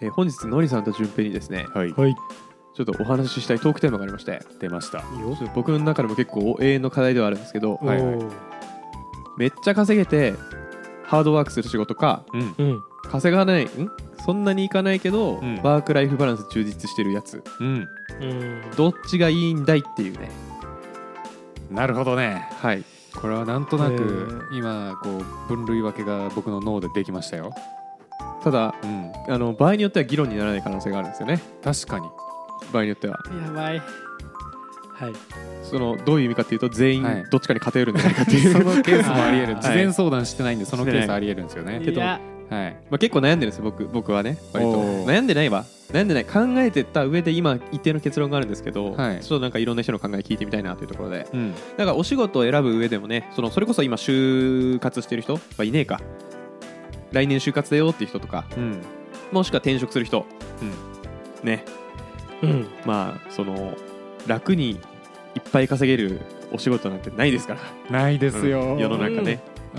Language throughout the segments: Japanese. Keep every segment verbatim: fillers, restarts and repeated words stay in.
えー、本日のりさんと順平にですね、 はい、 ちょっとお話ししたいトークテーマがありまして。 出ました。 僕の中でも結構永遠の課題ではあるんですけど、 はいはい、 めっちゃ稼げてハードワークする仕事か、 うん、 稼がないんそんなにいかないけど、うん、ワークライフバランス充実してるやつ、 うん、 どっちがいいんだいっていうね。 なるほどね。 はい、 これはなんとなく今こう分類分けが僕の脳でできましたよ。 ただ、 うん、 あの場合によっては議論にならない可能性があるんですよね。 確かに場合によってはやばい。はい、 そのどういう意味かっていうと全員どっちかに偏るんじゃないかっていう、 はい、そのケースもあり得る。事前相談してないんでそのケースあり得るんですよね。 けど、 はい、 まあ、結構悩んでるんですよ 僕, 僕はね。割と悩んでないわ悩んでない考えてた上で今一定の結論があるんですけど、はい、ちょっとなんかいろんな人の考え聞いてみたいなというところで、うん、だからお仕事を選ぶ上でもね、そのそれこそ今就活してる人はいねえか、来年就活だよっていう人とか、うん、もしくは転職する人、うん、ね、うん、まあその楽にいっぱい稼げるお仕事なんてないですから。 ないですよ、 うん、世の中ね、 うん、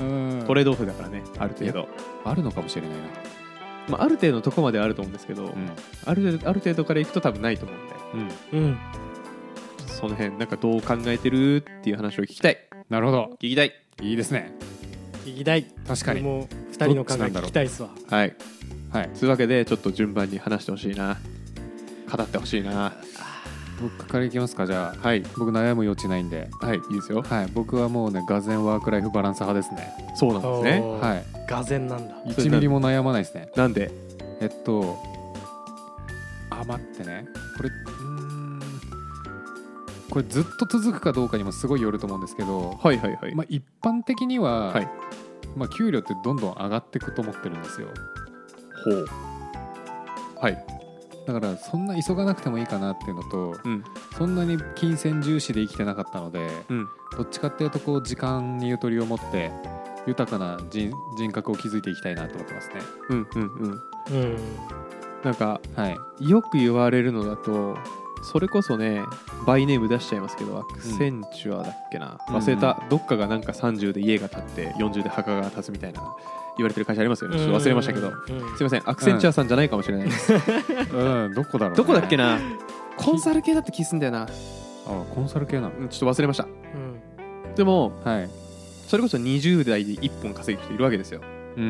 トレードオフだからね、ある程度あるのかもしれないな。 まあ、ある程度のとこまであると思うんですけど、うん、あ, る程度ある程度からいくと多分ないと思うんで、うんうん、その辺なんかどう考えてるっていう話を聞きたい。 なるほど、 聞きたい。 いいですね、 聞きたい。 確かにもうふたりの考え聞きたいっすわ。 はい、はい、というわけでちょっと順番に話してほしいな、語ってほしいな。 僕からいきますか。じゃあ、 はい、 僕悩む余地ないんで。 はい、いいですよ。 はい、僕はもうね、がぜんワークライフバランス派ですね。 そうなんですね。 はい、 がぜんなんだ。 いちミリも悩まないですね。 なんで？ えっとあ待ってね、これうーんこれずっと続くかどうかにもすごいよると思うんですけど、 はいはいはい、 まあ、一般的には、 はい、 まあ、給料ってどんどん上がっていくと思ってるんですよ。 ほう、はい。 だからそんな急がなくてもいいかなっていうのと、 うん、 そんなに金銭重視で生きてなかったので、うん、どっちかっていうとこう時間にゆとりを持って豊かな 人, 人格を築いていきたいなと思ってますね。 うんうんうん、うん、なんか、 はい、 よく言われるのだと、それこそねバイネーム出しちゃいますけど、アクセンチュアだっけな、うん、忘れた、どっかがなんかさんじゅうで家が建ってよんじゅうで墓が建つみたいな言われてる会社ありますよね。ちょっと忘れましたけど、すいません、アクセンチュアさんじゃないかもしれないです、 うんうん、どこだろう、ね、 どこだっけな、コンサル系だって気すんだよな。 あ、コンサル系なの、 ちょっと忘れました、うん、でも、はい、それこそにじゅう代でいっぽん稼ぐ人いるわけですよ、うんうん、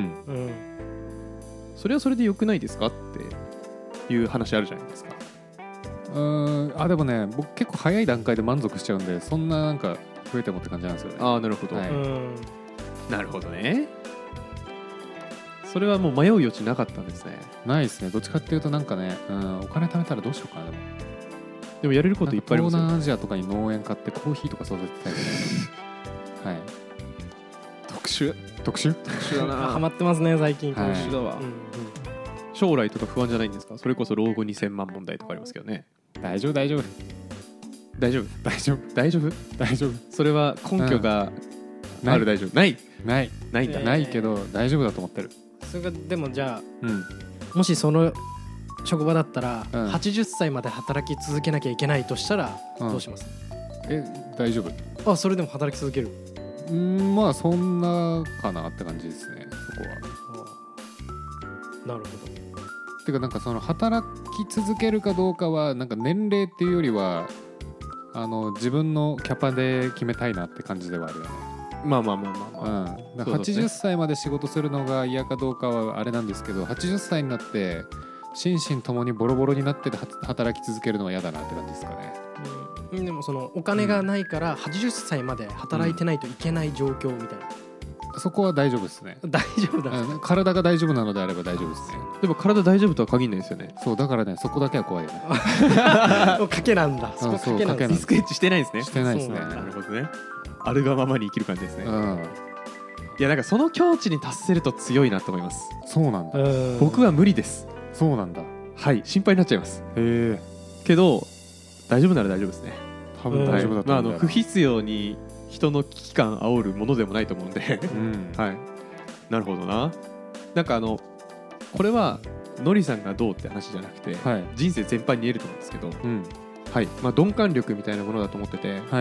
それはそれで良くないですかっていう話あるじゃないですか。 うーん、あ、でもね、僕結構早い段階で満足しちゃうんで、そんななんか増えてもって感じなんですよね。 ああ、なるほど、はい、なるほどね。それはもう迷う余地なかったんですね。 ないですね。どっちかっていうとなんかね、うん、お金貯めたらどうしようかな。でもでもやれることいっぱいありますよ。 東南アジアとかに農園買ってコーヒーとか育てたいですね。はい。 特殊特殊特殊だな。 ハマってますね最近。 特殊だわ、はい、うんうん、将来とか不安じゃないんですか。それこそ老後にせんまん問題とかありますけどね。 大丈夫大丈夫大丈夫大丈夫大丈夫大丈夫。 それは根拠がある、大丈夫ないないないんだ、 えー、ないけど大丈夫だと思ってる。 それがでもじゃあ、 うん、 もしその職場だったら、 うん、 はちじゅっさいまで働き続けなきゃいけないとしたらどうします、 うん、え大丈夫。 あ、それでも働き続ける。 うーん、まあそんなかなって感じですね、そこは。 あ、なるほど。 てかなんかその働き続けるかどうかはなんか年齢っていうよりはあの自分のキャパで決めたいなって感じではあるよね。 まあまあまあまあまあ、 うん、だからはちじゅっさいまで仕事するのが嫌かどうかはあれなんですけど、はちじゅっさいになって心身ともにボロボロになって働き続けるのは嫌だなって感じですかね。 うん、でもそのお金がないからはちじゅっさいまで働いてないといけない状況みたいな、 うん、そこは大丈夫ですね。 大丈夫だ、 うん、体が大丈夫なのであれば大丈夫ですね。 でも体大丈夫とは限らないですよね。 そうだからね、そこだけは怖いよね。 賭けなんだ。そこ賭けなんだ。 リスクエッジしてないですね。 してないですね。 なるほどね。あるがままに生きる感じですね。 うん、 いやなんかその境地に達せると強いなと思います。 そうなんだ。 僕は無理です。 そうなんだ。 はい、心配になっちゃいます。 へえ。 けど大丈夫なら大丈夫ですね。 多分大丈夫だと思うんだよな。 まあ、あの不必要に人の危機感煽るものでもないと思うんで、うん、はい。なるほどな。なんかあのこれはのりさんがどうって話じゃなくて、はい、人生全般に言えると思うんですけど、うん、はい、まあ鈍感力みたいなものだと思ってて、はい、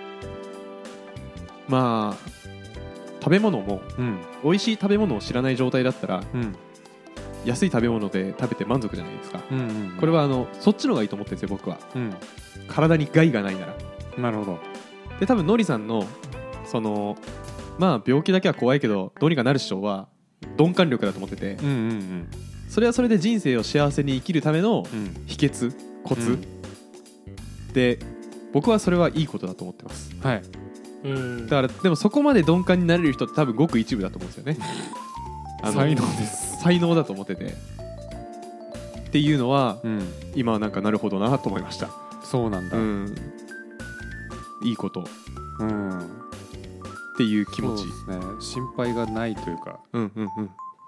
まあ食べ物も、うん、美味しい食べ物を知らない状態だったら、うん、 安い食べ物で食べて満足じゃないですか、うんうんうん、これはあのそっちの方がいいと思ってるんですよ僕は、うん、体に害がないなら。 なるほど。 で多分のりさんのそのまあ病気だけは怖いけどどうにかなる主張は鈍感力だと思ってて、うんうんうん、それはそれで人生を幸せに生きるための秘訣、うん、コツ、うん、で僕はそれはいいことだと思ってます、はい、うんだからでもそこまで鈍感になれる人って多分ごく一部だと思うんですよねあの才能です才能だと思っててっていうのは、うん、今はなんかなるほどなと思いました。 そうなんだ、うん、 いいこと、うん、っていう気持ち。 そうですね、心配がないというか、うんうんうん、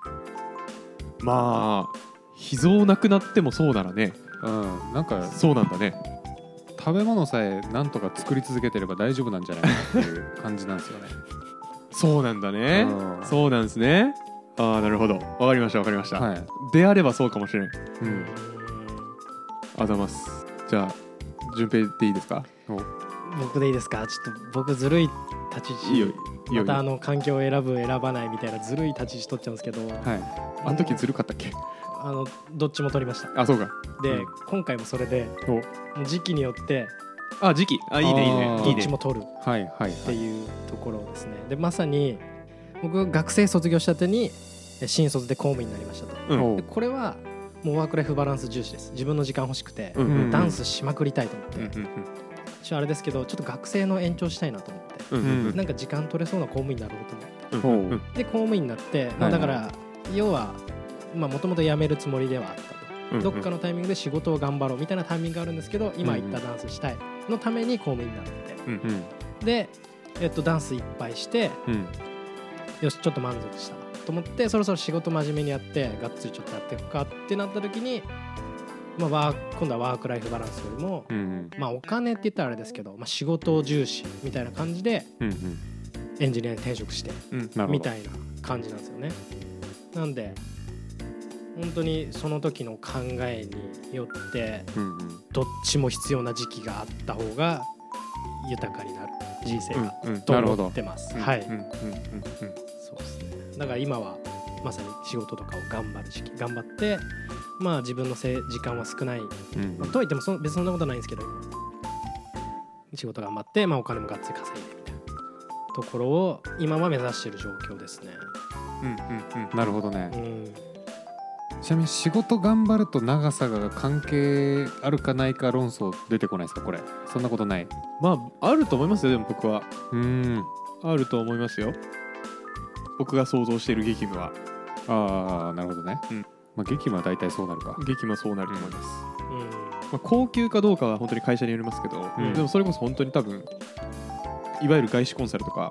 まあ脾臓なくなってもそうならね、うん、なんかそうなんだね。 食べ物さえなんとか作り続けてれば大丈夫なんじゃないかっていう感じなんですよねそうなんだね、うん、そうなんですね。ああなるほど、わかりましたわかりました、はい、であればそうかもしれない、うん、あざます。じゃあ順平でいいですか。 僕でいいですか。ちょっと僕ずるい立ち位置、いいよいいよ、またあの環境を選ぶ選ばないみたいなずるい立ち位置取っちゃうんですけど、はい、 あの時ずるかったっけ。 あのどっちも取りました。 あそうか。 で、うん、今回もそれで時期によってあ時期あいいねいいねどっちも取るっていうところですね。でまさに僕学生卒業したてに新卒で公務員になりましたと、うん、でこれはもうワークライフバランス重視です。自分の時間欲しくて、うんうんうん、ダンスしまくりたいと思って、うんうんうん、ちょあれですけどちょっと学生の延長したいなと思って、うんうんうん、なんか時間取れそうな公務員になろうと思って、うんうん、で公務員になって、まあ、だから要はもともと辞めるつもりではあったと、うんうん、どっかのタイミングで仕事を頑張ろうみたいなタイミングがあるんですけど、今言ったダンスしたいのために公務員になって、うんうん、で、えっと、ダンスいっぱいして、うん、よしちょっと満足したと思ってそろそろ仕事真面目にやってがっつりちょっとやっていくかってなった時に、まあ、ワー今度はワークライフバランスよりも、うんうんまあ、お金って言ったらあれですけど、まあ、仕事を重視みたいな感じで、うんうん、エンジニアに転職して、うん、みたいな感じなんですよね。なんで本当にその時の考えによって、うんうん、どっちも必要な時期があった方が豊かになる人生が、うんうん、と思ってます。はい。そうですね。だから今はまさに仕事とかを頑張る時期、頑張ってまあ自分のせ時間は少ない、うんまあ、とはいってもそ別にそんなことないんですけど、仕事頑張って、まあ、お金もがっつり稼いでみたいなところを今は目指している状況ですね。 うんうんうん。なるほどね。うんちなみに仕事頑張ると長さが関係あるかないか論争出てこないですかこれ。そんなことない。 まああると思いますよ。でも僕はうんあると思いますよ。僕が想像している激務は。 ああなるほどね、うんまあ、激務は大体そうなるか。 激務はそうなると思います、うんまあ、高級かどうかは本当に会社によりますけど、うん、でもそれこそ本当に多分いわゆる外資コンサルとか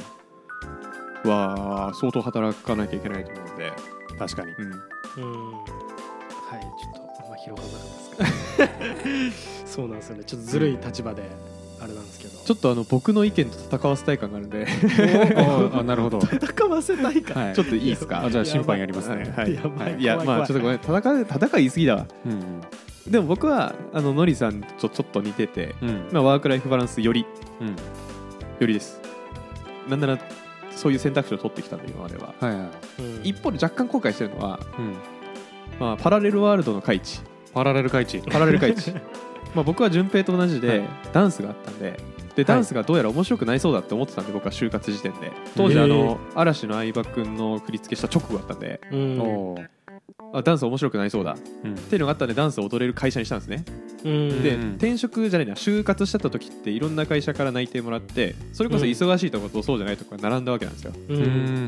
は相当働かなきゃいけないと思うので。 確かに、うんうんはいちょっとあんま広がらなかったですけどそうなんですよね。ちょっとずるい立場であれなんですけど、 ちょっとあの僕の意見と戦わせたい感があるんであなるほど戦わせたい感、はい、 ちょっといいですか。 あじゃあ審判やりますね。 はい、やばい、はい、 いやまあちょっとごめん戦い戦い言い過ぎだわ、うんうん、でも僕はあののりさんとちょっと似てて、うんまあ、ワークライフバランスより、うん、よりです。なんならそういう選択肢を取ってきたんで今までは、はいはい、一方で若干後悔してるのは、うんまあ、パラレルワールドの開地パラレル開地パラレル開地まあ僕は順平と同じで、はい、ダンスがあったんででダンスがどうやら面白くないそうだって思ってたんで僕は就活時点で当時あの嵐の相葉くんの振り付けした直後だったんで、うん、あダンス面白くないそうだ、うん、っていうのがあったんでダンスを踊れる会社にしたんですね、うん、で転職じゃないな就活してた時っていろんな会社から内定もらってそれこそ忙しいところとそうじゃないところが並んだわけなんですよ、うん、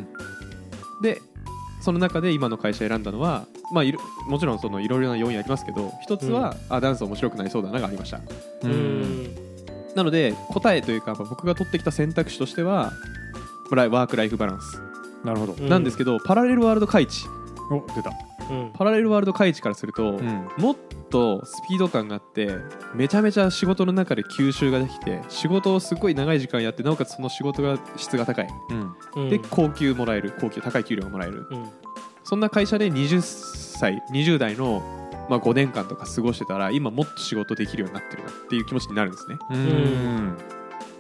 でその中で今の会社選んだのは、まあ、いろもちろんそのいろいろな要因ありますけど一つは、うん、あダンス面白くないそうだながありました。うんなので答えというか僕が取ってきた選択肢としてはワークライフバランスなるほどなんですけど、うん、パラレルワールド開地お出た、 うん、パラレルワールド開地からすると、うん、もっとスピード感があってめちゃめちゃ仕事の中で吸収ができて仕事をすごい長い時間やってなおかつその仕事が質が高い、うん、で高給もらえる高給高い給料がもらえる、うん、そんな会社ではたちにじゅう代のまあ、ごねんかんとか過ごしてたら今もっと仕事できるようになってるなっていう気持ちになるんですね。うん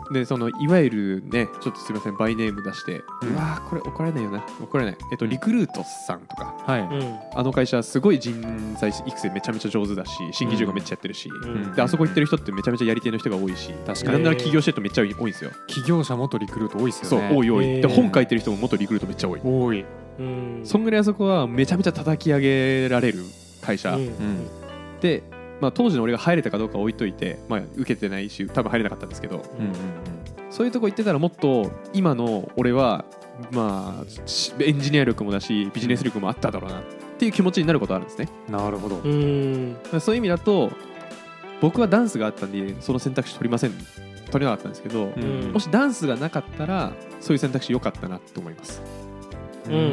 でそのいわゆるねちょっとすみませんバイネーム出して、うん、うわーこれ怒られないよな怒られないえっとリクルートさんとか、はい、あの会社すごい人材育成めちゃめちゃ上手だし新規事業めっちゃやってるし、うん、であそこ行ってる人ってめちゃめちゃやり手の人が多いし確かになんなら起業してる人めっちゃ多いんですよ。 起業者元リクルート多いですよね。 そう多い多いで本書いてる人も元リクルートめっちゃ多い多いうんそんぐらいあそこはめちゃめちゃ叩き上げられる会社、うん、でまあ、当時の俺が入れたかどうか置いといて、まあ、受けてないし多分入れなかったんですけど、うんうんうん、そういうとこ行ってたらもっと今の俺は、まあ、エンジニア力もだしビジネス力もあっただろうなっていう気持ちになることあるんですね。 なるほど。 うんそういう意味だと僕はダンスがあったんでその選択肢取りません取れなかったんですけど、うん、もしダンスがなかったらそういう選択肢良かったなと思います。うんうんうん、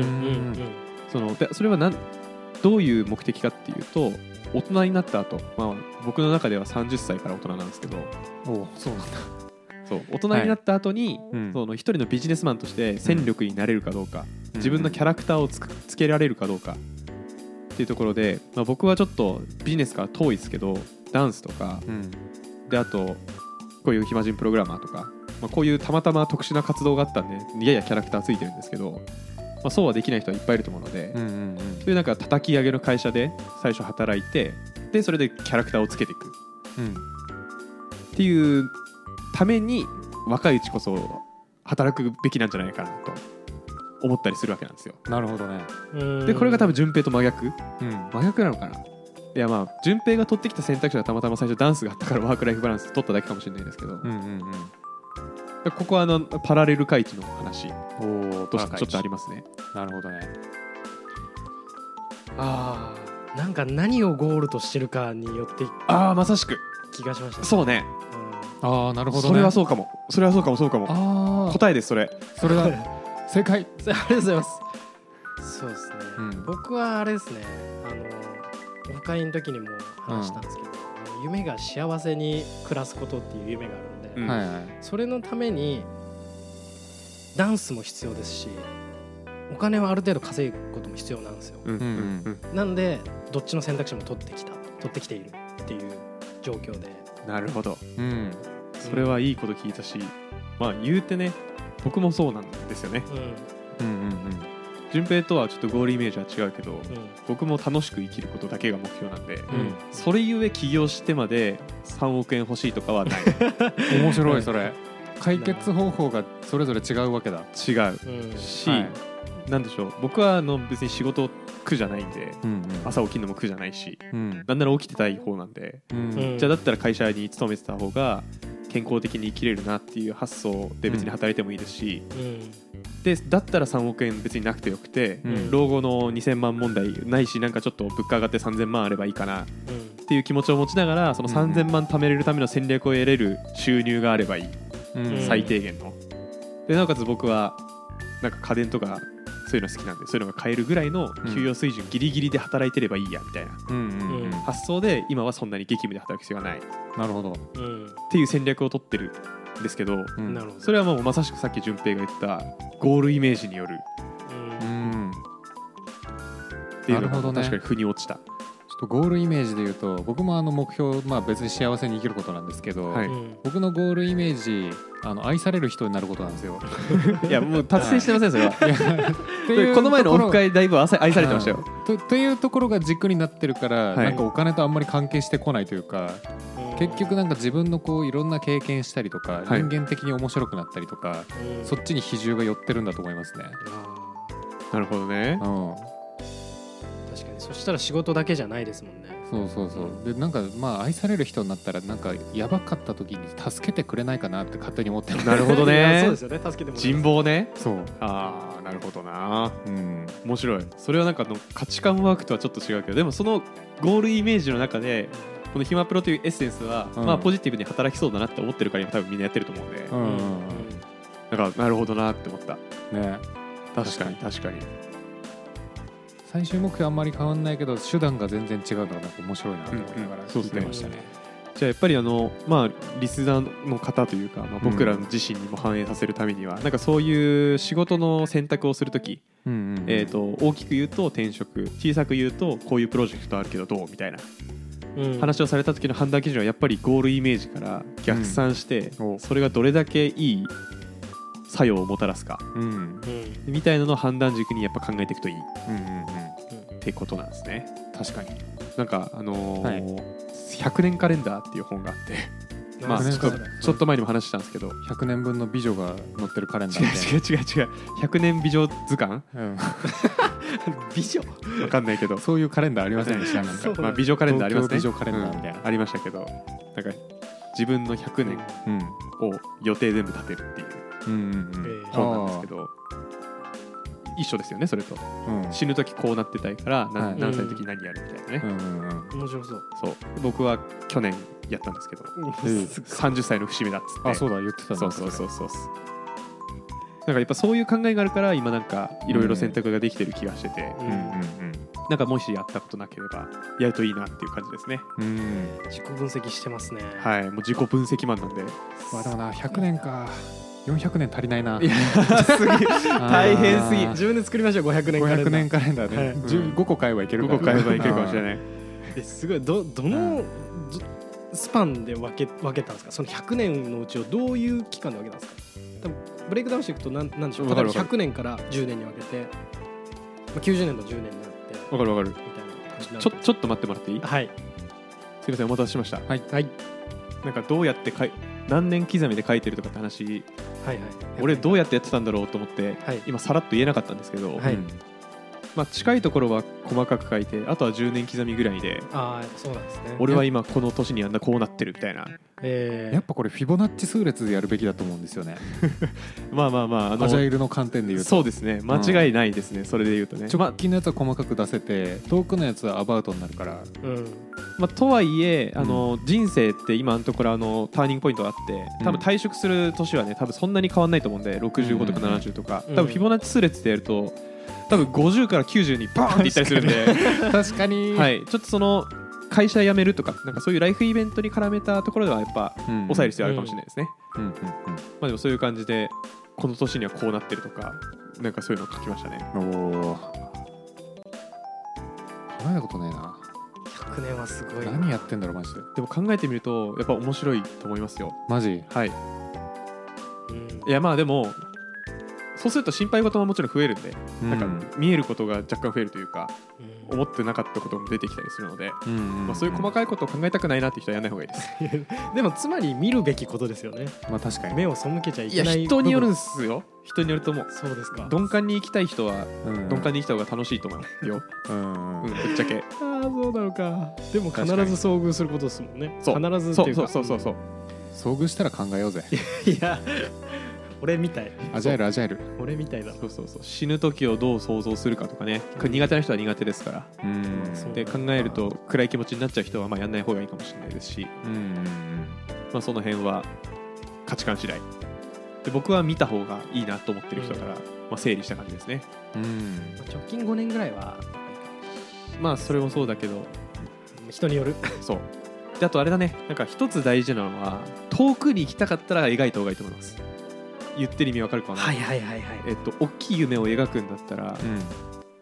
そのでそれはなんどういう目的かっていうと大人になった後、まあ、僕の中ではさんじゅっさいから大人なんですけどおそうなんだそう大人になった後に、はい、その一人のビジネスマンとして戦力になれるかどうか、うん、自分のキャラクターを つ, つけられるかどうかっていうところで、まあ、僕はちょっとビジネスから遠いですけどダンスとか、うん、であとこういう暇人プログラマーとか、まあ、こういうたまたま特殊な活動があったんでややキャラクターついてるんですけどまあ、そうはできない人はいっぱいいると思うので、うんうんうん、そういうなんか叩き上げの会社で最初働いてでそれでキャラクターをつけていく、うん、っていうために若いうちこそ働くべきなんじゃないかなと思ったりするわけなんですよ。 なるほどね。 でこれが多分順平と真逆、うん、真逆なのかな。いやまあ順平が取ってきた選択肢はたまたま最初ダンスがあったからワークライフバランス取っただけかもしれないですけど、うんうんうんここはあのパラレル回帰の話としてちょっとありますね。 なるほどね。 ああ、なんか何をゴールとしてるかによってああまさしく気がしました、ね。 そうね。 うん、ああなるほど、ね。 それはそうかも。それはそうかもそうかも。あ答えですそれ。 それだ正解。 ありがとうございます。そうですね。うん、僕はあれですね。あのオフ会の時にも話したんですけど、うん、夢が幸せに暮らすことっていう夢がある。うんはいはい、それのためにダンスも必要ですしお金はある程度稼ぐことも必要なんですよ、うんうんうん、なんでどっちの選択肢も取ってきた取ってきているっていう状況で。 なるほど、うん、それはいいこと聞いたし、まあ言うてね僕もそうなんですよね、うんうんうんうん、順平とはちょっとゴールイメージは違うけど、うん、僕も楽しく生きることだけが目標なんで、うん、それゆえ起業してまでさんおくえん欲しいとかはない面白いそれ解決方法がそれぞれ違うわけだ。 違う、うん、し、はい、なんでしょう僕はあの別に仕事苦じゃないんで、うんうん、朝起きるのも苦じゃないし、うん、なんなら起きてたい方なんで、うん、じゃあだったら会社に勤めてた方が健康的に生きれるなっていう発想で別に働いてもいいですし、うん、でだったらさんおくえん別になくてよくて、うん、老後のにせんまん問題ないしなんかちょっと物価上がってさんぜんまんあればいいかな、うん、っていう気持ちを持ちながらそのさんぜんまん貯めれるための戦略を得れる収入があればいい、うん、最低限のでなおかつ僕はなんか家電とかそういうの好きなんでそういうのが買えるぐらいの給与水準ギリギリで働いてればいいやみたいな、うんうんうん、発想で今はそんなに激務で働く必要がない。 なるほど、 うん、っていう戦略を取ってるんですけど、うん、それはもうまさしくさっき順平が言ったゴールイメージによる、うん、っていうのが確かに腑に落ちた。 ちょっとゴールイメージで言うと僕もあの目標、まあ、別に幸せに生きることなんですけど、はい、僕のゴールイメージあの愛される人になることなんですよ。 いやもう達成してませんそれは。いやこの前のオフ会だいぶ愛されてましたよ。 と, というところが軸になってるから、はい、なんかお金とあんまり関係してこないというか結局なんか自分のこういろんな経験したりとか、はい、人間的に面白くなったりとか、そっちに比重が寄ってるんだと思いますね。 なるほどね、うん、 確かにそしたら仕事だけじゃないですもんね。 そうそうそう。でなんかまあ愛される人になったらなんかやばかった時に助けてくれないかなって勝手に思ってる。 なるほどね。 そうですよね。助けてもらう人望ね。 そう。 ああなるほどな。うん。面白い。それはなんかの価値観ワークとはちょっと違うけどでもそのゴールイメージの中でこのヒマプロというエッセンスは、うん、まあポジティブに働きそうだなって思ってるから今多分みんなやってると思うんで。うんうんうん、だからなるほどなって思った。ね。確かに確かに。 最終目標あんまり変わんないけど手段が全然違うのがなんか面白いなと思いながら聞いてましたね。 じゃあやっぱりあの、まあ、リスナーの方というか、まあ、僕ら自身にも反映させるためには、うん、なんかそういう仕事の選択をするとき、うんうんうんえーと、大きく言うと転職小さく言うとこういうプロジェクトあるけどどうみたいな、うん、話をされた時の判断基準はやっぱりゴールイメージから逆算して、うん、それがどれだけいい作用をもたらすか、うん、みたいなのを判断軸にやっぱ考えていくといい、うんうんうん、ってことなんですね。 確かになんかあのーはい、ひゃくねんカレンダーっていう本があってまあ、ちょっとちょっと前にも話したんですけどひゃくねんぶんの美女が載ってるカレンダー違う違う違う違うひゃくねん美女図鑑、うん、 美女わかんないけどそういうカレンダーありませんでしたなんか、 まあ、美女カレンダーありますね。 美女カレンダーみたいな、 うん、ありましたけどなんか自分のひゃくねんを予定全部立てるっていう本なんですけど、一緒ですよねそれと、うん、死ぬ時こうなってたいから、はい、何歳の時何やるみたいなね、うんうんうん、面白そう。 そう僕は去年やったんですけど、うん、さんじゅっさいの節目だっつって。 あそうだ言ってたんだ。 そうそうそうそうなんかやっぱそういう考えがあるから今なんかいろいろ選択ができてる気がしてて、うんうんうん、なんかもしやったことなければやるといいなっていう感じですね。うん、 自己分析してますね。 はい、もう自己分析マンなんで。 まあでもなひゃくねんかよんひゃくねん足りないな。 いやすぎ大変すぎ。 自分で作りましょうごひゃくねんカレンダー。ごひゃくねんカレンダーね、はいうん、ごこ買えばいけるかごこ買えばいけるかもしれない。 すごい ど, どのスパンで分け分けたんですか。そのひゃくねんのうちをどういう期間で分けたんですか。多分ブレイクダウンしていくと何なんでしょう。例えばひゃくねんからじゅうねんに分けて、まあ、きゅうじゅうねんとじゅうねんになって分かる分かるみたいな感じ。ちょちょっと待ってもらっていい。 はい。 すみませんお待たせしました。 はい。はい。 なんかどうやってかい何年刻みで書いてるとかって話、 はいはい、 俺どうやってやってたんだろうと思って、はい、今さらっと言えなかったんですけど、はいうんまあ、近いところは細かく書いてあとはじゅうねん刻みぐらいで、 ああそうなんですね。 俺は今この年にあんなこうなってるみたいな、 えー、やっぱこれフィボナッチ数列でやるべきだと思うんですよねまあまあまああのアジャイルの観点で言うとそうですね間違いないですね、うん、それで言うとね直近のやつは細かく出せて遠くのやつはアバウトになるから、 うんまあ、とはいえあの、うん、人生って今のところあのターニングポイントがあって多分退職する年はね多分そんなに変わんないと思うんでろくじゅうごとかななじゅうとか、うん、多分フィボナッチ数列でやると多分ごじゅうからきゅうじゅうにバーンっていったりするんで確かに、 はい、ちょっとその会社辞めるとかなんかそういうライフイベントに絡めたところではやっぱ抑える必要あるかもしれないですね。うんうんうんうん、まあでもそういう感じでこの年にはこうなってるとかなんかそういうのを書きましたね。おお、 考えたことないな。 ひゃくねんはすごい。 何やってんだろうマジで。 でも考えてみるとやっぱ面白いと思いますよ。 マジ？ はい。うん、いやまあでもそうすると心配事ももちろん増えるんで、うん、なんか見えることが若干増えるというか、うん、思ってなかったことも出てきたりするので、うんうんうんまあ、そういう細かいことを考えたくないなって人はやらない方がいいですでもつまり見るべきことですよね。 まあ確かに目を背けちゃいけない。 いや人によるんですよ。人によると思う。 そうですか。 鈍感に行きたい人は、うん、鈍感に生きた方が楽しいと思うようん、うん、ぶっちゃけ。 ああそうなのか。でも必ず遭遇することですもんね。 そう必ずっていうかそうそうそうそう遭遇したら考えようぜいや俺みたい。 アジャイルアジャイル。 俺みたいだ。 そうそうそう。死ぬ時をどう想像するかとかね。うん、苦手な人は苦手ですから。うん。で考えると暗い気持ちになっちゃう人はまあやんない方がいいかもしれないですし。うん。まあその辺は価値観次第。で僕は見た方がいいなと思ってる人だから、うん、まあ整理した感じですね。うん。 直近ごねんぐらいはまあそれもそうだけど人による。 そう。であとあれだね。なんか一つ大事なのは遠くに行きたかったら描いた方がいいと思います。言ってる意味わかるかな。 はいはいはいはい。 えっと大きい夢を描くんだったら、うん、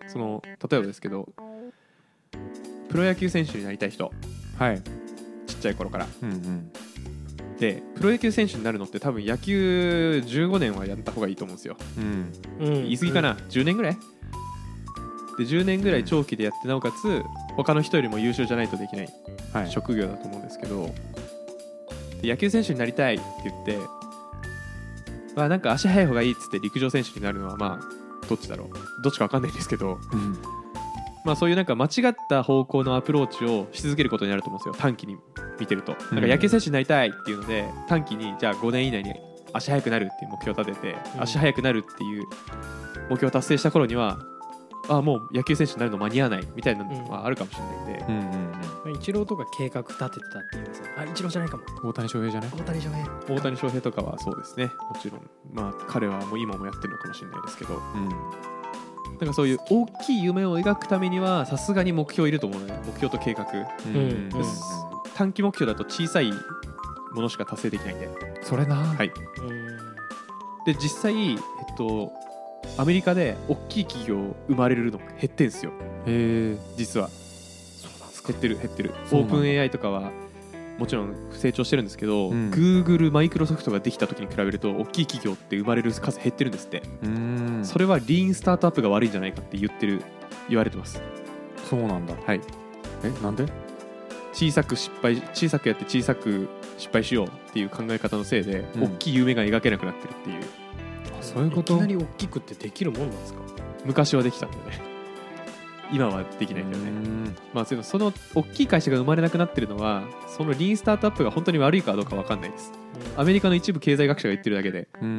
その例えばですけどプロ野球選手になりたい人、はい、ちっちゃい頃から、うんうん、でプロ野球選手になるのって多分野球じゅうごねんはやった方がいいと思うんですよ、うん、言い過ぎかな、うん、じゅうねんぐらいでじゅうねんぐらい長期でやってなおかつ他の人よりも優秀じゃないとできない、はい、職業だと思うんですけどで野球選手になりたいって言ってまあ、なんか足速い方がいいっつって陸上選手になるのはまあどっちだろうどっちか分かんないんですけど、うん、まあそういうなんか間違った方向のアプローチをし続けることになると思うんですよ短期に見てると。なんか野球選手になりたいっていうので短期にじゃあごねん以内に足速くなるっていう目標を立てて、うん、足速くなるっていう目標を達成した頃にはあもう野球選手になるの間に合わないみたいなのはあるかもしれないんで、うんうんうん、イチローとか計画立ててたって言いますよ。あイチローじゃないかも。 大谷翔平じゃない。 大谷翔平大谷翔平とかはそうですねもちろんまあ彼はもう今もやってるのかもしれないですけど、うん、なんかそういう大きい夢を描くためにはさすがに目標いると思うので目標と計画、うんうん、短期目標だと小さいものしか達成できないんでそれなはい。で実際えっとアメリカで大きい企業生まれるの減ってんすよ。へえ実はそうなんですか。減ってる減ってる。オープン エーアイ とかはもちろん成長してるんですけど、うん、Google、マイクロソフトができた時に比べると大きい企業って生まれる数減ってるんですって。うーん、それはリーンスタートアップが悪いんじゃないかって言ってる言われてます。 そうなんだ。 はい。 え、なんで？ 小さく失敗小さくやって小さく失敗しようっていう考え方のせいで、うん、大きい夢が描けなくなってるっていう。 あ、そういうこと。 いきなり大きくってできるもんなんですか？ 昔はできたんだよね。今はできないんだよね。まあ、その大きい会社が生まれなくなってるのはそのリーンスタートアップが本当に悪いかどうか分かんないです、うん、アメリカの一部経済学者が言ってるだけで、うんうんうん、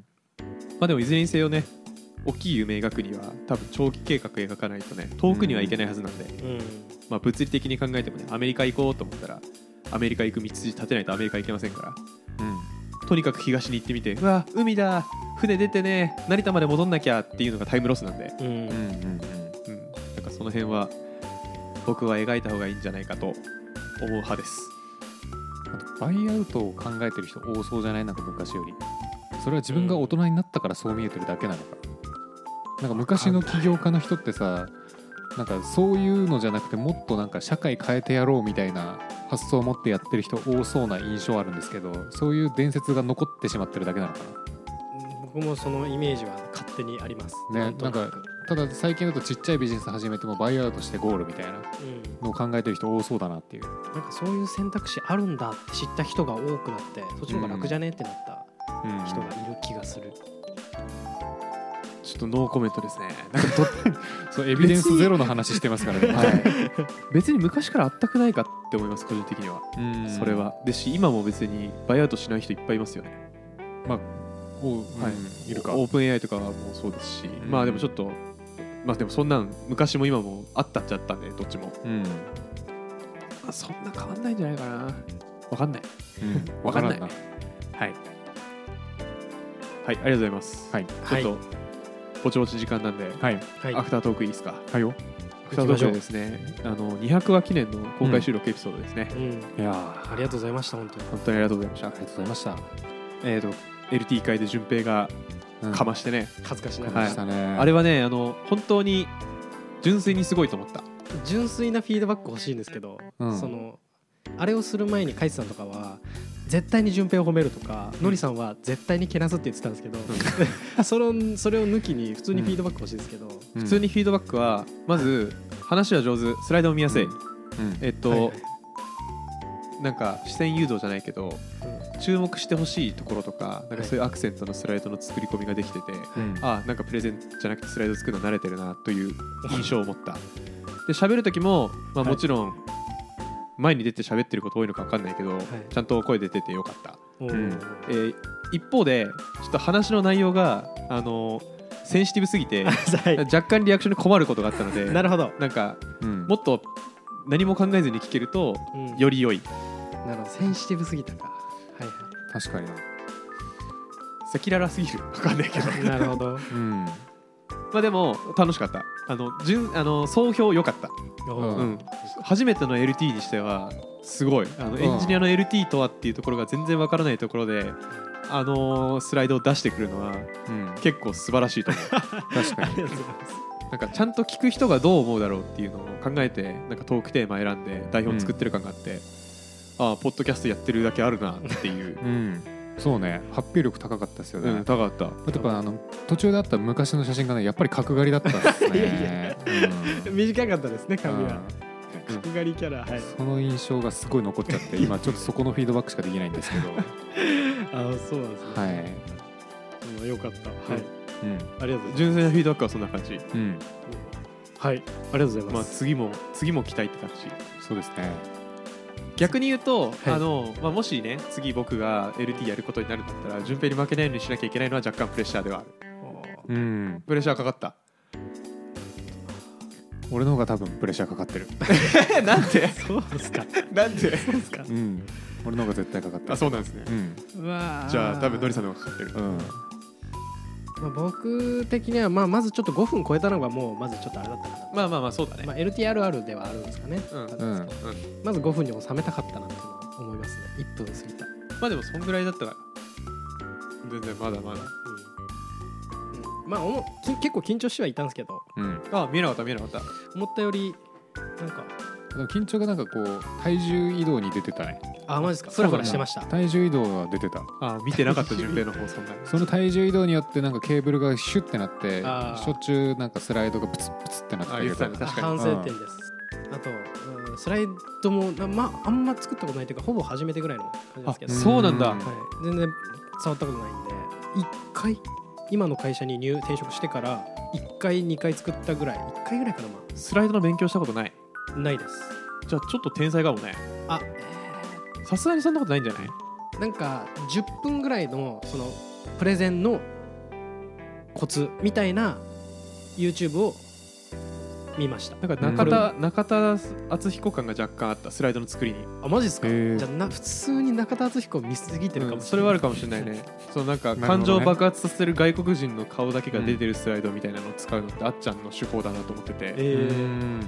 まあでもいずれにせよね、大きい夢描くには多分長期計画描かないとね遠くにはいけないはずなんで、うん、まあ、物理的に考えてもねアメリカ行こうと思ったらアメリカ行く道筋立てないとアメリカ行けませんから、うん、とにかく東に行ってみて、うわ海だ船出てね成田まで戻んなきゃっていうのがタイムロスなんで、うんうんうんうん、なんかその辺は僕は描いた方がいいんじゃないかと思う派です。 バイアウトを考えてる人多そうじゃない？なんか昔より。それは自分が大人になったからそう見えてるだけなのか。なんか昔の起業家の人ってさ、なんかそういうのじゃなくてもっとなんか社会変えてやろうみたいな発想を持ってやってる人多そうな印象あるんですけど、そういう伝説が残ってしまってるだけなのかな。 僕もそのイメージは勝手にありますね。なんかただ最近だとちっちゃいビジネス始めてもバイアウトしてゴールみたいなのを考えてる人多そうだなっていう、 うん、なんかそういう選択肢あるんだって知った人が多くなってそっちの方が楽じゃねってなった人がいる気がする、うんうん、 ちょっとノーコメントですね。 なんかそうエビデンスゼロの話してますからね、はい、 別に昔からあったくないかって思います個人的には。うんそれはですし今も別にバイアウトしない人いっぱいいますよね。 まあお、はい、いるか。 オープン エーアイ とかもそうですし、うん、まあでもちょっとまあでもそんなん昔も今もあったっちゃったんでどっちも、うん、まあ、そんな変わんないんじゃないかな。わかんない、うん、わかんない。はい、はい、ありがとうございます、はい、ちょっとぼちぼち時間なんで、はい、アフタートークいいですか？ はいよ。 アフタートークですね、あのにひゃくわ記念の公開収録エピソードですね、うんうん、 いやありがとうございました。本当に本当にありがとうございました。 ありがとうございました。 えーと エルティー 会で順平がかましてね、 うん、恥ずかしながら、はい、 あれはねあの本当に純粋にすごいと思った。 純粋なフィードバック欲しいんですけど、うん、そのあれをする前にカイツさんとかは絶対に順平を褒めるとか、うん、ノリさんは絶対にけなすって言ってたんですけど、うん、それをそれを抜きに普通にフィードバック欲しいですけど、 うん、普通にフィードバックはまず話は上手、スライドも見やすい、うんうん、えっと、はいはい、なんか視線誘導じゃないけど、うん、注目してほしいところとか、なんかそういうアクセントのスライドの作り込みができてて、はい、あなんかプレゼンじゃなくてスライド作るの慣れてるなという印象を持ったで喋る時も、まあ、もちろん前に出て喋ってること多いのか分かんないけど、はい、ちゃんと声出ててよかった、うんえー、一方でちょっと話の内容があのセンシティブすぎて若干リアクションに困ることがあったのでなるほど。 なんか、うん、もっと何も考えずに聞けると、うん、より良い。 なるほど、センシティブすぎたか。はいはい、 確かにな。 赤裸々すぎる分かんないけどなるほど、うんまあ、でも楽しかった。あの順あの総評良かった、うんうん、初めての エルティー にしてはすごいあのエンジニアの エルティー とはっていうところが全然わからないところで、あのー、スライドを出してくるのは、うん、結構素晴らしいと思う確かになんかちゃんと聞く人がどう思うだろうっていうのを考えてなんかトークテーマ選んで台本作ってる感があって、うん、ああポッドキャストやってるだけあるなっていう、うんそうね、発表力高かったですよね、 うん、高かった。 やっぱあの途中であった昔の写真がねやっぱり角刈りだったですねうん、短かったですね髪は、うん、角刈りキャラ、はい、 その印象がすごい残っちゃって今ちょっとそこのフィードバックしかできないんですけどあそうなんですね、はいうん、よかった、はい、うん、ありがとうございます。 純粋なフィードバックはそんな感じ、うん、 はい、ありがとうございます、 まあ、次も次も期待って感じ。 そうですね。 逆に言うと、はい、あのまあ、もしね次僕が エルティー やることになるんだったら順平に負けないようにしなきゃいけないのは若干プレッシャーではある。うん、プレッシャーかかった。 俺の方が多分プレッシャーかかってるなんでそうですかなんでそうですか、 うん、俺の方が絶対かかってる。 あ、そうなんですね、うん、うわじゃあ多分ノリさんの方がかかってる、うんまあ、僕的にはまあまずちょっとごふん超えたのがもうまずちょっとあれだったかな。 まあまあまあそうだね、 まあ、エルティー あるあるではあるんですかね、うんうんうん、まずごふんに収めたかったなっていうのは思いますね。いっぷん過ぎた。 まあでもそんぐらいだったら全然まだまだ、 うんうん、まあおも結構緊張してはいたんですけど、うん、 あ見えなかった見えなかった。 思ったよりなんか緊張がなんかこう体重移動に出てたね。 あ、マジですか。フラフラしてました。 体重移動が出てた。 あ、見てなかった順平の放送ね。 その体重移動によってなんかケーブルがシュッてなってしょっちゅうなんかスライドがプツプツってなってたけど、 反省点です。あと、うん、スライドもまああんま作ったことないというかほぼ初めてぐらいの感じですけど。 そうなんだ、 はい、全然触ったことないんでいっかい今の会社に入転職してからいっかいにかい作ったぐらいいっかいぐらいかな。まあスライドの勉強したことない？ ないです。 じゃあちょっと天才かもね。あ、さすがにそんなことないんじゃない？ なんかじゅっぷんぐらいのそのプレゼンのコツみたいな YouTube を見ました。 なんか中田、うん、中田敦彦感が若干あったスライドの作りに。 あ、マジですか？じゃあな普通に中田敦彦見すぎてるかもしれない、うん、 それはあるかもしれないね。そのなんか感情を爆発させる外国人の顔だけが出てるスライドみたいなのを使うのってあっちゃんの手法だなと思ってて、えー、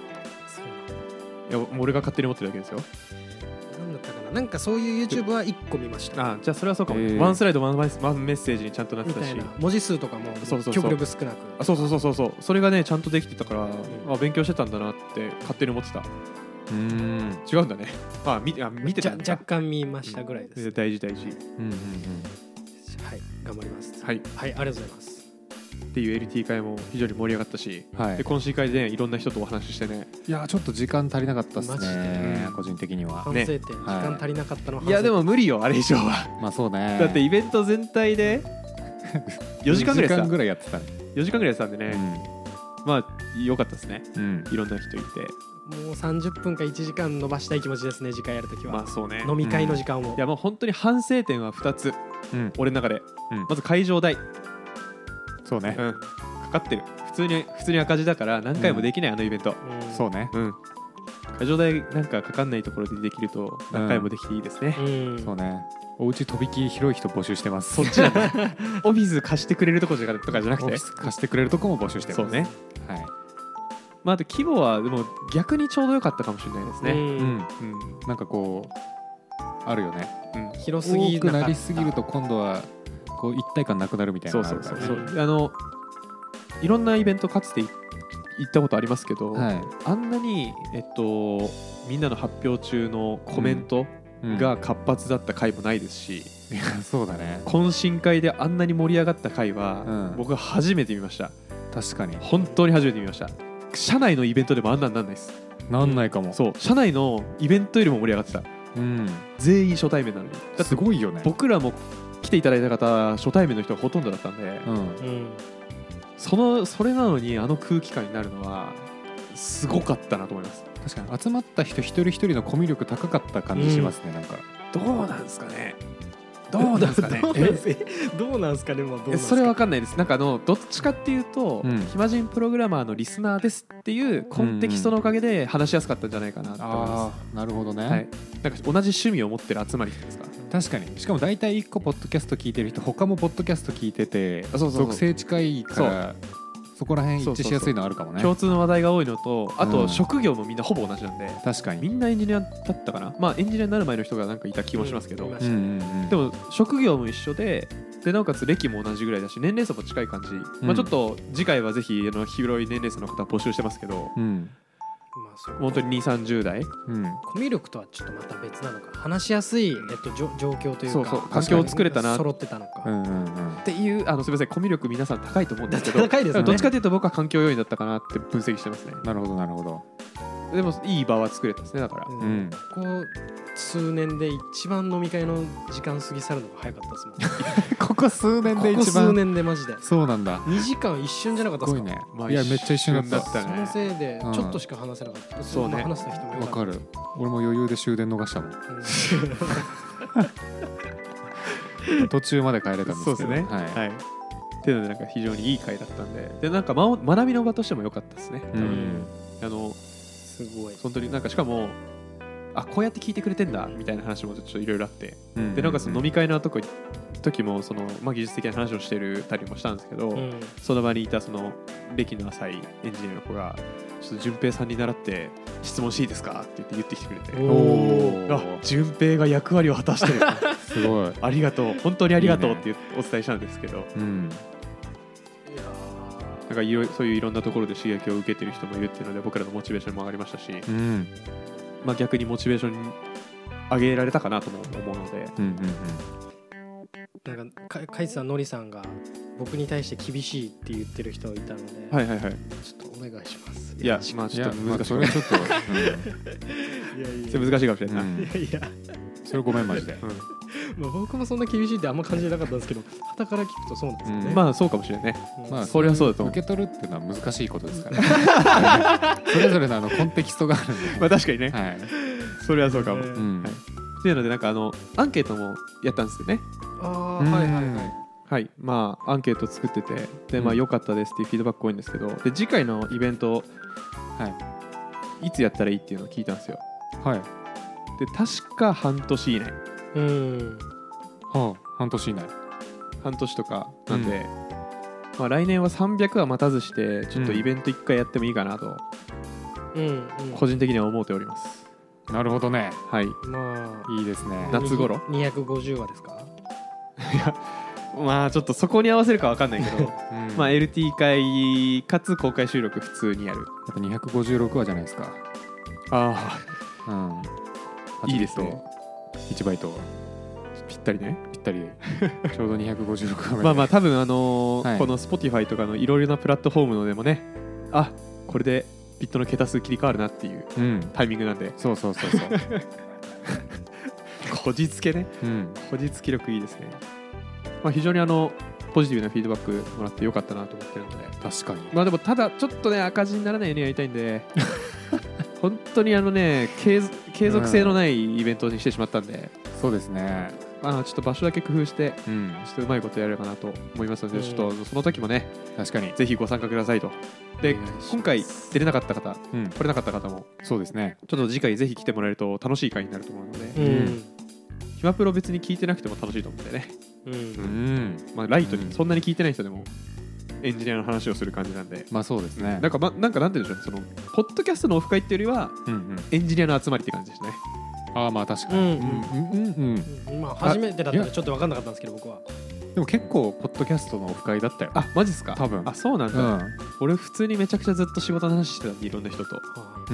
いや俺が勝手に思ってるだけですよ。 なんだったかな、なんかそういう YouTube はいっこ見ました。 あ、じゃあそれはそうかも、えー、ワンスライドワンメッセージにちゃんとなってたし、 文字数とかも極力少なく、 あ、そうそうそうそう、それがねちゃんとできてたから、うん、あ、勉強してたんだなって勝手に思ってた。うーん、違うんだね。まあ、見, あ見てたんだ。 若干見ましたぐらいです、 うん、大事大事、うんうんうん、 はい、頑張ります。 はい、 はい、ありがとうございます。 っていう エルティー 会も非常に盛り上がったし、はい、で懇親会で、ね、いろんな人とお話ししてね。 いやちょっと時間足りなかったっすね、うん、個人的には。 反省点、ね、時間足りなかったのは、 いやでも無理よあれ以上は。 まあそうね。 だってイベント全体でよじかんぐらいさよじかんぐらいやってたね。 よじかんぐらいやってたんでね、うん、まあ良かったですね、うん、いろんな人いて。 もうさんじゅっぷんかいちじかん伸ばしたい気持ちですね、次回やるときは。 まあそうね、 飲み会の時間を、 うん、いやもう本当に反省点はふたつ、うん、俺の中で、うん、まず会場代。 そうね、うん、 かかってる。普通に普通に赤字だから何回もできない、うん、あのイベント、 うん、そうね、 うん、会場代なんかかかんないところでできると何回もできていいですね、 うんうん、そうね。お家飛び木広い人募集してます。 そっちだね。オフィス貸してくれるとこじゃとかじゃなくて、オフィス貸してくれるとこも募集してます。 そうね、はい。まあ、あと規模はでも逆にちょうど良かったかもしれないですね、うんうん、 なんかこうあるよね、 うん、広すぎ多くなりすぎると今度はこう一体感なくなるみたいなのがあるからね。 そうそうそうそう、あのいろんなイベントかつて行ったことありますけど、はい、あんなに、えっと、みんなの発表中のコメントが活発だった回もないですし、 うん、いやそうだね。 懇親会であんなに盛り上がった回は、うん、僕は初めて見ました。 確かに本当に初めて見ました。社内のイベントでもあんなんなんないです。 なんないかも。 そう、社内のイベントよりも盛り上がってた、うん、全員初対面なのに。だってすごいよね。 僕らも来ていただいた方初対面の人がほとんどだったんで、うんうん、そのそれなのにあの空気感になるのはすごかったなと思います。 確かに集まった人一人一人のコミュ力高かった感じしますね、うん、なんかどうなんですかね。どうなんですかね。 どうなんですかね。もうどうなんですか。 それは分かんないです。なんかあのどっちかっていうと、うん、暇人プログラマーのリスナーですっていうコンテキストのおかげで話しやすかったんじゃないかなと思います。 あー、なるほどね、 はい、なんか同じ趣味を持ってる集まりですか。 確かに。しかも大体いっこポッドキャスト聞いてる人他もポッドキャスト聞いてて、そうそうそう、属性近いからそこら辺一致しやすいのあるかもね。 共通の話題が多いのと、あと職業もみんなほぼ同じなんで、うん、 確かにみんなエンジニアだったかな。まあエンジニアになる前の人がなんかいた気もしますけど、うんうんうん、でも職業も一緒で、でなおかつ歴も同じぐらいだし年齢差も近い感じ、うん、まあ、ちょっと次回はぜひあの広い年齢差の方募集してますけど、うん、まあ、そう本当ににじゅう、さんじゅう代、うん、 コミュ力とはちょっとまた別なのか、話しやすい、えっと、状況というか、そうそう、 環境を作れたな、 揃ってたのか、うんうんうん、 っていう、あのすみません、コミュ力皆さん高いと思うんですけど高いですね、 どっちかというと僕は環境要因だったかなって分析してますね。 なるほどなるほど。 でもいい場は作れたですね。だから、うん、 ここ数年で一番飲み会の時間過ぎ去るのが早かったですもんここ数年で一番、 ここ数年でマジでそうなんだ。 にじかん一瞬じゃなかったですか。 すごいね、まあ、いやめっちゃ一瞬だったね。 そのせいでちょっとしか話せなかった、うん、そうね、話した人もいる。わかる。俺も余裕で終電逃したもん、うん、途中まで帰れたんですけど。 そうですね、はい、はい、っていうのでなんか非常にいい回だったんで、でなんか学びの場としても良かったですね、うん、あのすごい本当になんか、しかもあこうやって聞いてくれてんだみたいな話もちょっといろいろあって、うんうんうん、でなんかその飲み会のとこ時もその、まあ、技術的な話をしてるたりもしたんですけど、うん、その場にいたその歴の浅いエンジニアの子がちょっと順平さんに習って質問していいですかって言って言ってきてくれて、おあ順平が役割を果たしてるすごいありがとう、本当にありがとうってお伝えしたんですけど、いいね、うん、なんかかいろそういういろんなところで刺激を受けてる人もいるっていうので僕らのモチベーションも上がりましたし、うん、まあ、逆にモチベーション上げられたかなとも思うので、うんうんうん、なんかカイツさん、ノリさんが僕に対して厳しいって言ってる人いたので、 はいはいはい、 ちょっとお願いします。 いや、まあちょっと難しい、まあ、それちょっと、うん、いやいやそれ難しいかもしれない、うん、いやいやそれごめんマジで、うん、 まあ僕もそんな厳しいってあんま感じなかったんですけど、傍から聞くとそうなんですよね、 うん、まあそうかもしれないね、 うん、まあそれはそうだと思う。受け取るっていうのは難しいことですからねそれぞれのあのコンテキストがあるんで、 まあ確かにね、はい、それはそうかも、えーうんはい、っていうのでなんかあのアンケートもやったんですよね。 ああ、はいはいはいはい、まあアンケート作ってて、でまあ良かったですっていうフィードバック多いんですけど、で次回のイベント、はい、いつやったらいいっていうのを聞いたんですよ。はい。で確か半年以内。うん。 はあ、半年以内。 半年とかなんで、うん、まあ来年はさんびゃくは待たずしてちょっとイベントいっかいやってもいいかなと、うん、個人的には思っております。 なるほどね。 はい。 まあいいですね。 夏頃。 にひゃくごじゅうわですか。 いや。まあちょっとそこに合わせるか分かんないけど、うん、まあ エルティー 会かつ公開収録普通にやる。やっぱにひゃくごじゅうろくわじゃないですか。 ああ、 うん、いいですね。いちバイトぴったりね。 ぴったりちょうどにひゃくごじゅうろくわまあまあ多分あのーはい、この Spotify とかのいろいろなプラットフォームのでもね、あ、これでビットの桁数切り替わるなっていうタイミングなんで、うん、 そうそうそうそうこじつけね、うん、こじつき力いいですね。まあ、非常にあのポジティブなフィードバックもらってよかったなと思ってるので、 確かに、 まあでもただちょっとね赤字にならないようにやりたいんで本当にあのね継続性のないイベントにしてしまったんで、 うん、そうですね、 まあ、ちょっと場所だけ工夫して、うん、ちょっとうまいことやれればなと思いますので、うん、ちょっとその時もね確かにぜひご参加くださいと。で今回出れなかった方、うん、来れなかった方もそうですね、 ちょっと次回ぜひ来てもらえると楽しい会になると思うので、うん、ヒマプロ別に聞いてなくても楽しいと思うんでね、うんうんまあ、ライトにそんなに聞いてない人でもエンジニアの話をする感じなんで、 まあそうですね、 なんか、ま、なんかなんていうんでしょう、そのポッドキャストのオフ会っていうよりは、うんうん、エンジニアの集まりって感じですね。 ああまあ確かに、うんうんうんうん、まあ初めてだったらちょっと分かんなかったんですけど僕は。 でも結構ポッドキャストのオフ会だったよ。 あ、マジっすか。 多分。 あ、そうなんだ、うん、俺普通にめちゃくちゃずっと仕事の話してたんで、いろんな人と。うん。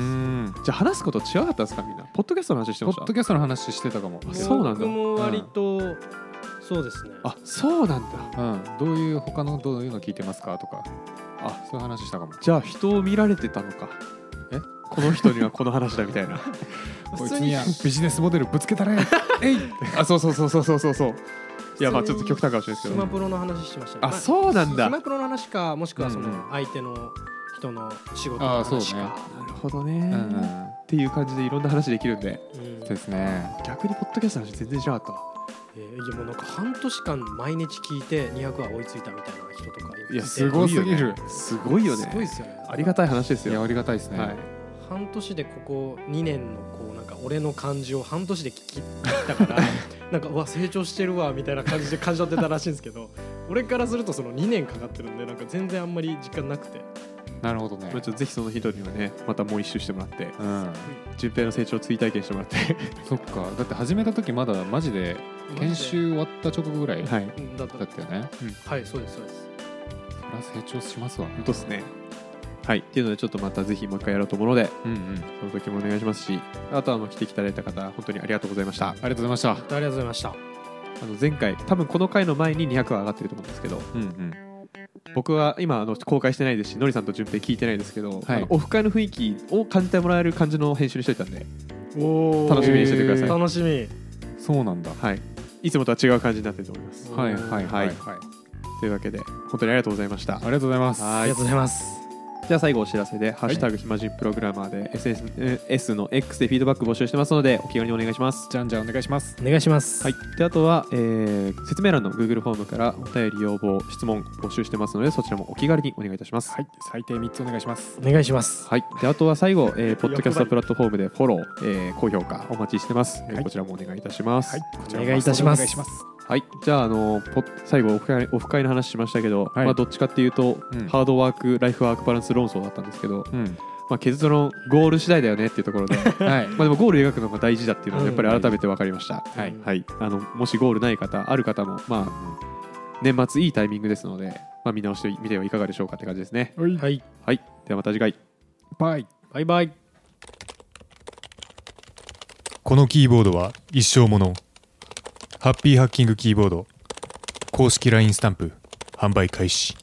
じゃあ話すこと違かったんですかみんな。ポッドキャストの話してました。 ポッドキャストの話してたかも。 あ、そうなんだ。 僕も割と、うん、そうですね。 あ、そうなんだ。 うん。どういう他のどういうの聞いてますかとか。あ、そういう話したかも。 じゃあ人を見られてたのか。え？この人にはこの話だみたいな。 こいつにはビジネスモデルぶつけたれ。えい。 あ、そうそうそうそうそうそうそう。いやまあちょっと極端かもしれないですけど、 ヒマプロの話しましたね。 あ、そうなんだ。 ヒマプロの話か、もしくはその相手の人の仕事の話か、 なるほどね、うん、っていう感じでいろんな話できるんで、 うん、ですね。 逆にポッドキャストの話全然しなかったわ。 えー、いやもうなんか半年間毎日聞いてにひゃくわ追いついたみたいな人とかいて、 いやすごすぎる、 すごいよね。 すごいですよね。 ありがたい話ですよ。 いやありがたいですね、はい、 半年でここにねんのこうなんか俺の感じを半年で聞きたからなんかうわ成長してるわみたいな感じで感じ取ってたらしいんですけど俺からするとそのにねんかかってるんでなんか全然あんまり実感なくて。 なるほどね。 ちょっとぜひその人にはねまたもう一周してもらって、うん、順平の成長を追体験してもらってそっか、だって始めた時まだマジで研修終わった直後ぐらい、はい、だったよね、 うん、はいそうですそうです。 そりゃ成長しますわ。 本当ですね。はい、っていうのでちょっとまたぜひもう一回やろうと思うので、うんうん、その時もお願いしますし、あとはあの来ていただいた方本当にありがとうございました。 ありがとうございました。ありがとうございました。あの前回多分この回の前ににひゃくわ上がってると思うんですけど、うんうん、僕は今あの公開してないですし、のりさんと順平聞いてないですけど、はい、あのオフ会の雰囲気を感じてもらえる感じの編集にしといたんで、お楽しみにしててください。 楽しみ。 そうなんだ。 はい。いつもとは違う感じになってると思います。 はいはいはい、はい、 というわけで本当にありがとうございました。ありがとうございます。 ありがとうございます。 じゃあ最後お知らせで、ハッシュタグひまじんプログラマーで エスエヌエス の X でフィードバック募集してますのでお気軽にお願いします。 じゃんじゃんお願いします。 お願いします。 はい。であとは、えー、説明欄の Google フォームからお便り要望質問募集してますのでそちらもお気軽にお願いいたします。 はい。最低みっつお願いします。 お願いします。 はい。であとは最後、えー、ポッドキャストプラットフォームでフォロー、えー、高評価お待ちしてます、はい。えー、こちらもお願いいたします。はい。 こちらもお願いいたします。 はい、じゃあ、あのポ最後オフ会、オフ会の話しましたけど、はい、まあ、どっちかっていうと、うん、ハードワークライフワークバランス論争だったんですけど、うん、まあ、結論ゴール次第だよねっていうところで、はい、まあでもゴール描くのが大事だっていうのはやっぱり改めて分かりました、うん、はいはい、あのもしゴールない方ある方も、まあ、年末いいタイミングですのでまあ、見直してみてはいかがでしょうかって感じですね。 はい、はい、 はい、ではまた次回。 バイバイバイ。 このキーボードは一生もの。ハッピーハッキングキーボード公式 ライン スタンプ販売開始。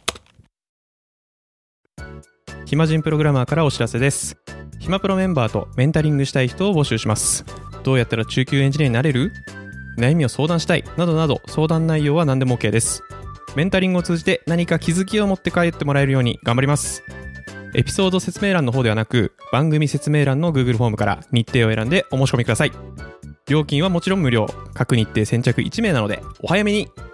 暇人プログラマーからお知らせです。暇プロメンバーとメンタリングしたい人を募集します。どうやったら中級エンジニアになれる？悩みを相談したいなどなど、相談内容は何でも OK です。メンタリングを通じて何か気づきを持って帰ってもらえるように頑張ります。エピソード説明欄の方ではなく、番組説明欄の Google フォームから日程を選んでお申し込みください。料金はもちろん無料。各日程先着いち名なのでお早めに。